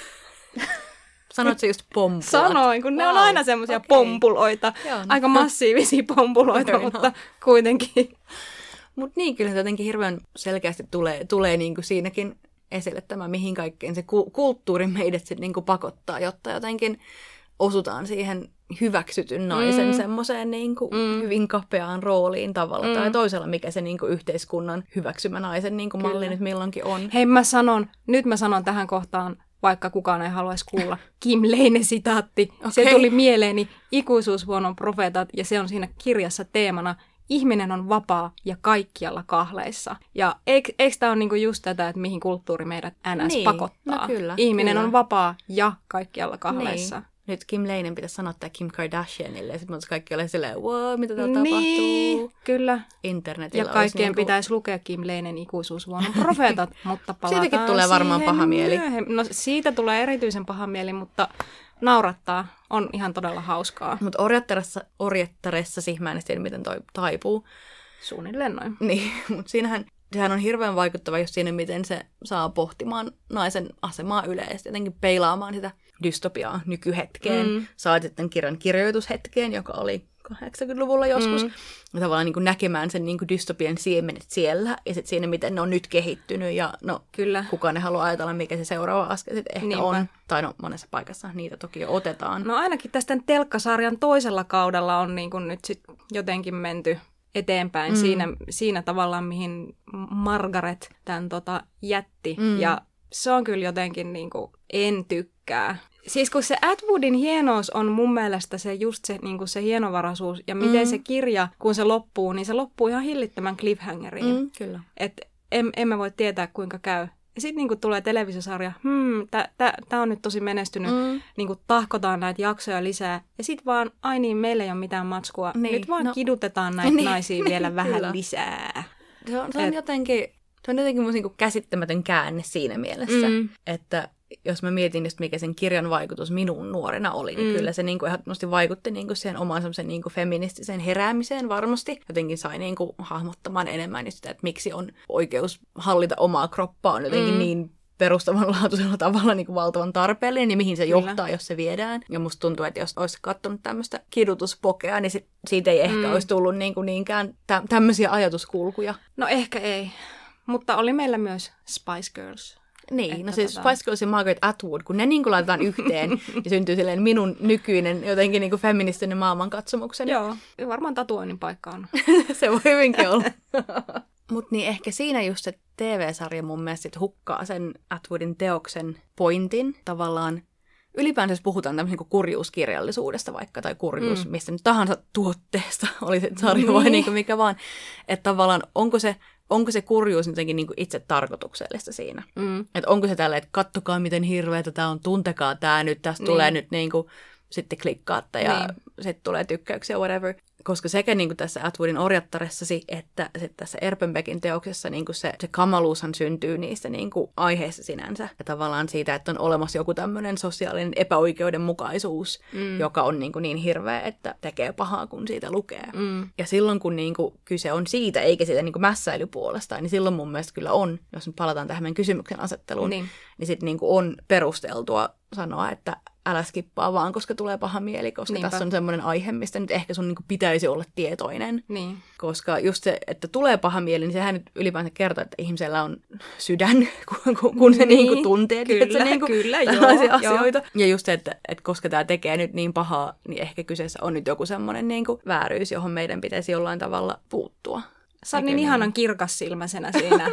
Sanoit se just pompulat? Sanoin, kun ne on aina semmoisia pompuloita. Joo, no. Aika massiivisia pompuloita, mutta kuitenkin. Mutta niin, kyllä se jotenkin hirveän selkeästi tulee niin kuin siinäkin esille tämä, mihin kaikkeen se kulttuuri meidät sitten niinku pakottaa, jotta jotenkin osutaan siihen hyväksytyn naisen semmoiseen niinku hyvin kapeaan rooliin tavalla tai toisella, mikä se niinku yhteiskunnan hyväksymä naisen niinku malli nyt milloinkin on. Hei, nyt mä sanon tähän kohtaan, vaikka kukaan ei haluaisi kuulla, Kim Leine-sitaatti. Okay. Se tuli mieleeni Ikuisuusvuonon profeetat, ja se on siinä kirjassa teemana, ihminen on vapaa ja kaikkialla kahleissa. Ja eikö tämä ole niinku just tätä, että mihin kulttuuri meidät pakottaa? No kyllä, ihminen on vapaa ja kaikkialla kahleissa. Niin. Nyt Kim Leinen pitäisi sanoa tämä Kim Kardashianille, ja sitten kaikki ole silleen, wow, mitä täällä tapahtuu? Kyllä. Internetillä ja kaikkien niinku pitäisi lukea Kim Leinen Ikuisuusvuonon profeetat, mutta palataan siitäkin tulee varmaan paha mieli. No siitä tulee erityisen paha mieli, mutta naurattaa. On ihan todella hauskaa. Mutta orjattaressasi, mä en tiedä, miten toi taipuu. Suunnilleen noin. Niin, mutta sehän on hirveän vaikuttava just siinä, miten se saa pohtimaan naisen asemaa yleisesti, jotenkin peilaamaan sitä dystopiaa nykyhetkeen. Saat sitten kirjan kirjoitushetkeen, joka oli 80-luvulla joskus. Ja tavallaan niin kuin näkemään sen niin kuin dystopian siemenet siellä ja sitten siinä, miten ne on nyt kehittynyt. Ja no, kyllä. Kukaan ei halua ajatella, mikä se seuraava askel sitten ehkä on. Tai no, monessa paikassa niitä toki jo otetaan. No ainakin tästä telkkasarjan toisella kaudella on niin kuin nyt sit jotenkin menty eteenpäin siinä tavallaan, mihin Margaret tämän jätti. Ja se on kyllä jotenkin niin kuin, en tykkää. Siis kun se Atwoodin hienous on mun mielestä se just se, niin kuin se hienovaraisuus ja miten se kirja, kun se loppuu, niin se loppuu ihan hillittömän cliffhangeriin. Kyllä. Että emme voi tietää, kuinka käy. Ja sitten niin tulee televisiosarja, tämä on nyt tosi menestynyt, niin tahkotaan näitä jaksoja lisää. Ja sitten vaan, ai niin, meillä ei ole mitään matskua. Niin, nyt vaan kidutetaan näitä naisia vielä vähän lisää. Se on jotenkin mun niinku käsittämätön käänne siinä mielessä, että jos mä mietin, mikä sen kirjan vaikutus minuun nuorena oli, niin kyllä se niin kuin ehdottomasti vaikutti niin kuin siihen omaan semmoisen niin kuin feministiseen heräämiseen varmasti. Jotenkin sai niin kuin hahmottamaan enemmän sitä, että miksi on oikeus hallita omaa kroppaa on jotenkin niin perustavanlaatuisella tavalla niin kuin valtavan tarpeellinen, niin mihin se johtaa, jos se viedään. Ja musta tuntuu, että jos olisi katsonut tämmöistä kidutuspokea, niin siitä ei ehkä olisi tullut niin kuin niinkään tämmöisiä ajatuskulkuja. No ehkä ei, mutta oli meillä myös Spice Girls. Niin, no siis Spice Girls ja Margaret Atwood, kun ne niin kuin laitetaan yhteen, niin syntyy silleen minun nykyinen jotenkin niin kuin feministinen maailmankatsomukseni. Joo, varmaan tatuoinnin paikka on. Se voi hyvinkin olla. Mutta niin ehkä siinä just se TV-sarja mun mielestä hukkaa sen Atwoodin teoksen pointin tavallaan. Ylipäänsä jos puhutaan tämmöisen niin kurjuuskirjallisuudesta vaikka, tai kurjuus mistä nyt tahansa tuotteesta, oli se sarja vai niin kuin mikä vaan. Että tavallaan onko se kurjuus jotenkin niin kuin itse tarkoituksellista siinä? Että onko se tällä, että kattokaa miten hirveätä tämä on, tuntekaa tämä nyt, tästä tulee nyt niin kuin, sitten klikkaatte ja sitten tulee tykkäyksiä, whatever. Koska sekä niin kuin tässä Atwoodin orjattaressasi, että sitten tässä Erpenbeckin teoksessa niin kuin se kamaluushan syntyy niistä niin kuin aiheista sinänsä. Ja tavallaan siitä, että on olemassa joku tämmöinen sosiaalinen epäoikeudenmukaisuus, joka on niin hirveä, että tekee pahaa, kun siitä lukee. Ja silloin, kun niin kuin kyse on siitä, eikä siitä niin kuin mässäilypuolesta, niin silloin mun mielestä kyllä on, jos nyt palataan tähän meidän kysymyksen asetteluun, niin sitten niin kuin on perusteltua sanoa, että älä skippaa vaan, koska tulee paha mieli, koska tässä on semmoinen aihe, mistä nyt ehkä sun niinku pitäisi olla tietoinen. Niin. Koska just se, että tulee paha mieli, niin sehän nyt ylipäänsä kertoo, että ihmisellä on sydän, kun se niinku tuntee kyllä, tällaisia asioita. Ja just se, että koska tämä tekee nyt niin pahaa, niin ehkä kyseessä on nyt joku semmoinen niinku vääryys, johon meidän pitäisi jollain tavalla puuttua. Sä oot niin ihanan kirkassilmäisenä siinä.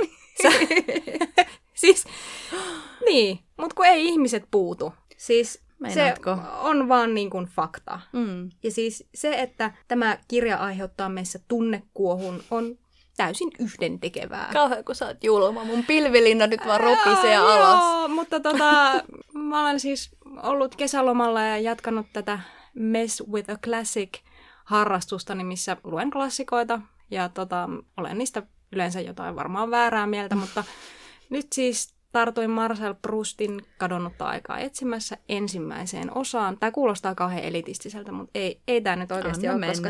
Siis, niin, mutta kun ei ihmiset puutu. Siis meinaatko? Se on vaan niin kuin fakta. Ja siis se, että tämä kirja aiheuttaa meissä tunnekuohun, on täysin yhdentekevää. Kauhean, kun sä oot julma. Mun pilvilinna nyt vaan ropisee alas. Joo, mutta mä olen siis ollut kesälomalla ja jatkanut tätä Mess with a Classic-harrastustani, missä luen klassikoita. Ja olen niistä yleensä jotain varmaan väärää mieltä, mutta nyt siis tartuin Marcel Proustin Kadonnutta aikaa etsimässä ensimmäiseen osaan. Tämä kuulostaa kauhean elitistiseltä, mutta ei tämä nyt oikeasti ole, koska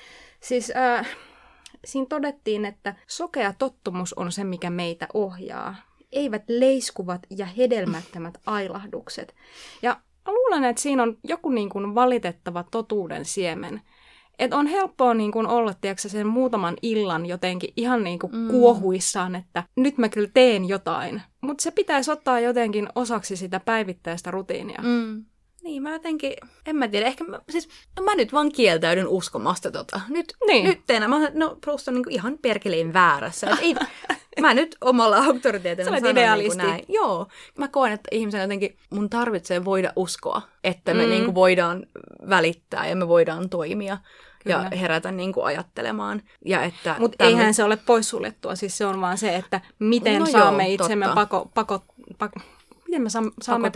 siinä todettiin, että sokea tottumus on se, mikä meitä ohjaa. Eivät leiskuvat ja hedelmättömät ailahdukset. Ja mä luulen, että siinä on joku niin kuin valitettava totuuden siemen. Että on helppoa niin kuin olla, tiedätkö, sen muutaman illan jotenkin ihan niin kuin kuohuissaan, että nyt mä kyllä teen jotain. Mutta se pitäisi ottaa jotenkin osaksi sitä päivittäistä rutiinia. Niin, mä jotenkin, en mä tiedä, ehkä mä nyt vaan kieltäydyn uskomasta Nyt enää, Proust on niin kuin ihan perkeleen väärässä. Mä nyt omalla auktoriteetilla sanon idealisti. Niin näin. Joo, mä koen, että ihmisen jotenkin mun tarvitsee voida uskoa, että me niin kuin voidaan välittää ja me voidaan toimia. Kyllä. Ja herätä niin kuin ajattelemaan. Mutta eihän se ole poissuljettua. Siis se on vaan se, että miten saamme itsemme miten me saamme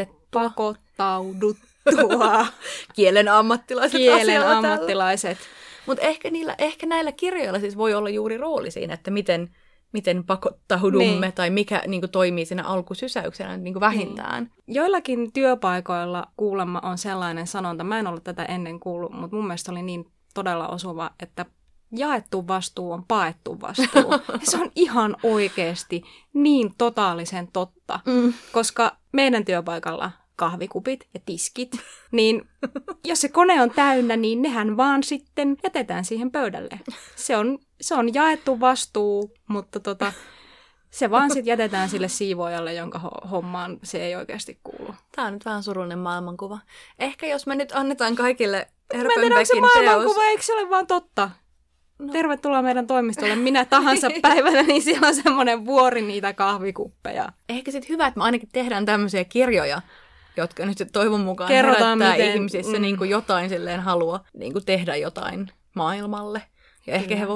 pakottauduttua. Kielen ammattilaiset. Mutta ehkä näillä kirjoilla siis voi olla juuri rooli siinä, että miten pakottaudumme tai mikä niin kuin toimii siinä alkusysäyksenä niin kuin vähintään. Niin. Joillakin työpaikoilla kuulemma on sellainen sanonta, mä en ollut tätä ennen kuullut, mutta mun mielestä oli niin todella osuva, että jaettu vastuu on paettu vastuu. Se on ihan oikeasti niin totaalisen totta, koska meidän työpaikalla kahvikupit ja tiskit, niin jos se kone on täynnä, niin nehän vaan sitten jätetään siihen pöydälle. Se on jaettu vastuu, mutta se vaan sitten jätetään sille siivoojalle, jonka hommaan se ei oikeasti kuulu. Tämä on nyt vähän surullinen maailmankuva. Ehkä jos me nyt annetaan kaikille Erpenbeckin teos. Mä en tiedä, onko se maailmankuva, eikö se ole vaan totta? No. Tervetuloa meidän toimistolle minä tahansa päivänä, niin siellä on semmoinen vuori niitä kahvikuppeja. Ehkä sitten hyvä, että me ainakin tehdään tämmöisiä kirjoja, jotka nyt toivon mukaan herättää ihmisissä niin kuin jotain silleen halua niin kuin tehdä jotain maailmalle. Ja ehkä he voivat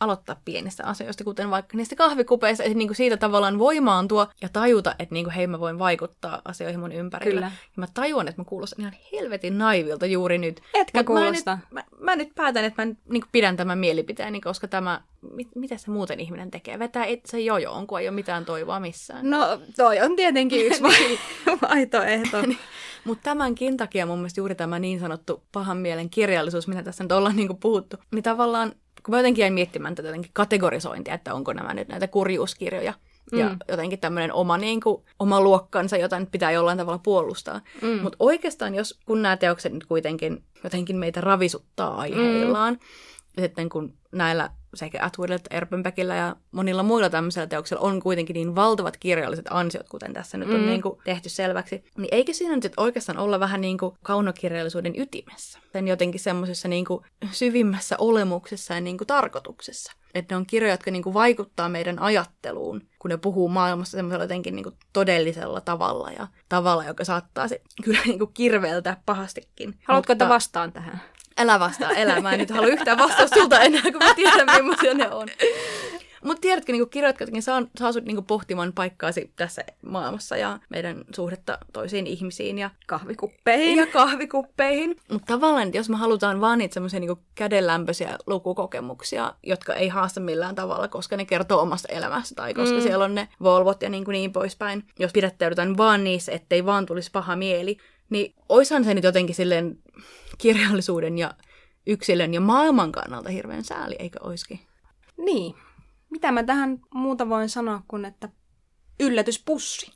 aloittaa pienistä asioista, kuten vaikka niistä kahvikupeista, että niin siitä tavallaan voimaantua ja tajuta, että niin hei, mä voin vaikuttaa asioihin mun ympärillä. Kyllä. Ja mä tajuan, että mä kuulostan ihan helvetin naivilta juuri nyt. Etkä kuulosta. Mä nyt päätän, että mä niin pidän tämän mielipiteeni, koska tämä, mitä se muuten ihminen tekee? Vetää itse jojoon, kun ei ole mitään toivoa missään. No, toi on tietenkin yksi vaihtoehto. Mutta tämänkin takia mun mielestä juuri tämä niin sanottu pahan mielen kirjallisuus, mitä tässä nyt ollaan niin puhuttu, niin tavallaan, kun mä jotenkin jäin miettimään tätä jotenkin kategorisointia, että onko nämä nyt näitä kurjuuskirjoja, ja jotenkin tämmöinen oma luokkansa, jota nyt pitää jollain tavalla puolustaa. Mutta oikeastaan, kun nämä teokset nyt kuitenkin jotenkin meitä ravisuttaa aiheillaan, ja sitten kun näillä sekä Atwoodilla että Erpenbeckillä ja monilla muilla tämmöisillä teoksilla on kuitenkin niin valtavat kirjalliset ansiot, kuten tässä nyt on niin kuin tehty selväksi, niin eikö siinä nyt oikeastaan olla vähän niin kuin kaunokirjallisuuden ytimessä? Sen jotenkin semmoisessa niin kuin syvimmässä olemuksessa ja niin kuin tarkoituksessa. Että ne on kirjoja, jotka niin kuin vaikuttaa meidän ajatteluun, kun ne puhuu maailmassa semmoisella jotenkin niin kuin todellisella tavalla ja tavalla, joka saattaa se kyllä niin kuin kirveltää pahastikin. Haluatko että vastaan tähän? Älä vastaa, mä en nyt halua yhtään vastausta sulta enää, kun mä tiedän, millaisia ne on. Mutta tiedätkö, niin kirjat jotenkin saa sut niin pohtimaan paikkaasi tässä maailmassa ja meidän suhdetta toisiin ihmisiin ja kahvikuppeihin. Mutta tavallaan, jos me halutaan vaan niitä semmoisia niin kädenlämpöisiä lukukokemuksia, jotka ei haasta millään tavalla, koska ne kertoo omasta elämästä tai koska siellä on ne Volvot ja niin poispäin. Jos pidättäydytään vaan niissä, ettei vaan tulisi paha mieli, niin oishan se nyt jotenkin silleen kirjallisuuden ja yksilön ja maailman kannalta hirveän sääli, eikö oiskin? Niin. Mitä mä tähän muuta voin sanoa kuin, että yllätyspussi.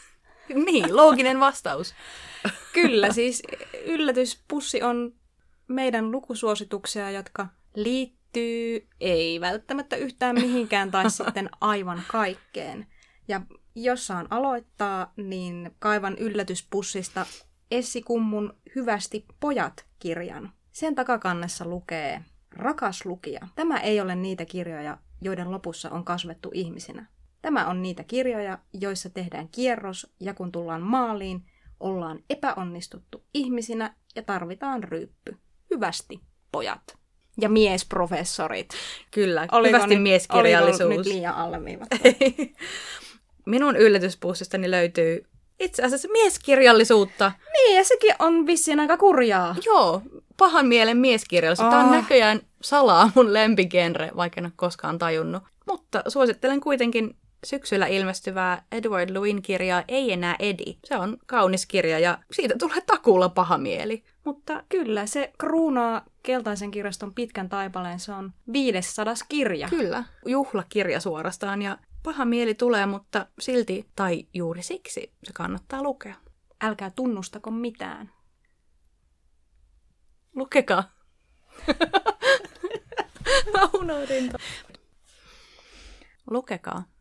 Niin, looginen vastaus. Kyllä, siis yllätyspussi on meidän lukusuosituksia, jotka liittyy ei välttämättä yhtään mihinkään tai sitten aivan kaikkeen. Ja jos saan aloittaa, niin kaivan yllätyspussista Essi Kummun Hyvästi pojat-kirjan. Sen takakannessa lukee: Rakas lukija, tämä ei ole niitä kirjoja, joiden lopussa on kasvettu ihmisinä. Tämä on niitä kirjoja, joissa tehdään kierros ja kun tullaan maaliin, ollaan epäonnistuttu ihmisinä ja tarvitaan ryyppy. Hyvästi, pojat. Ja miesprofessorit. Kyllä, hyvästi mieskirjallisuus. Oliko nyt liian alleviivattu? Minun yllätyspussistani löytyy itse asiassa mieskirjallisuutta. Niin, ja sekin on vissiin aika kurjaa. Joo, pahan mielen mieskirjallisuus. Tämä on näköjään salaa mun lempigenre, vaikka en ole koskaan tajunnut. Mutta suosittelen kuitenkin syksyllä ilmestyvää Edward Lewin kirjaa Ei enää Edi. Se on kaunis kirja ja siitä tulee takuulla paha mieli. Mutta kyllä, se kruunaa Keltaisen kirjaston pitkän taipaleen. Se on 500. kirja. Kyllä, juhlakirja suorastaan ja paha mieli tulee, mutta silti tai juuri siksi se kannattaa lukea. Älkää tunnustako mitään. Lukekaa. Mä unohdin. Lukekaa.